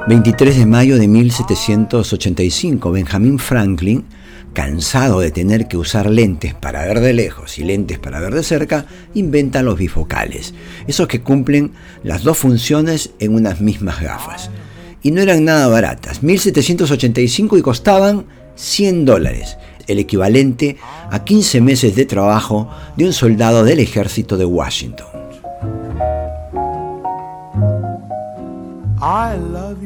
23 de mayo de 1785, Benjamin Franklin, cansado de tener que usar lentes para ver de lejos y lentes para ver de cerca, inventa los bifocales, esos que cumplen las dos funciones en unas mismas gafas. Y no eran nada baratas, 1785, y costaban $100, el equivalente a 15 meses de trabajo de un soldado del ejército de Washington. I love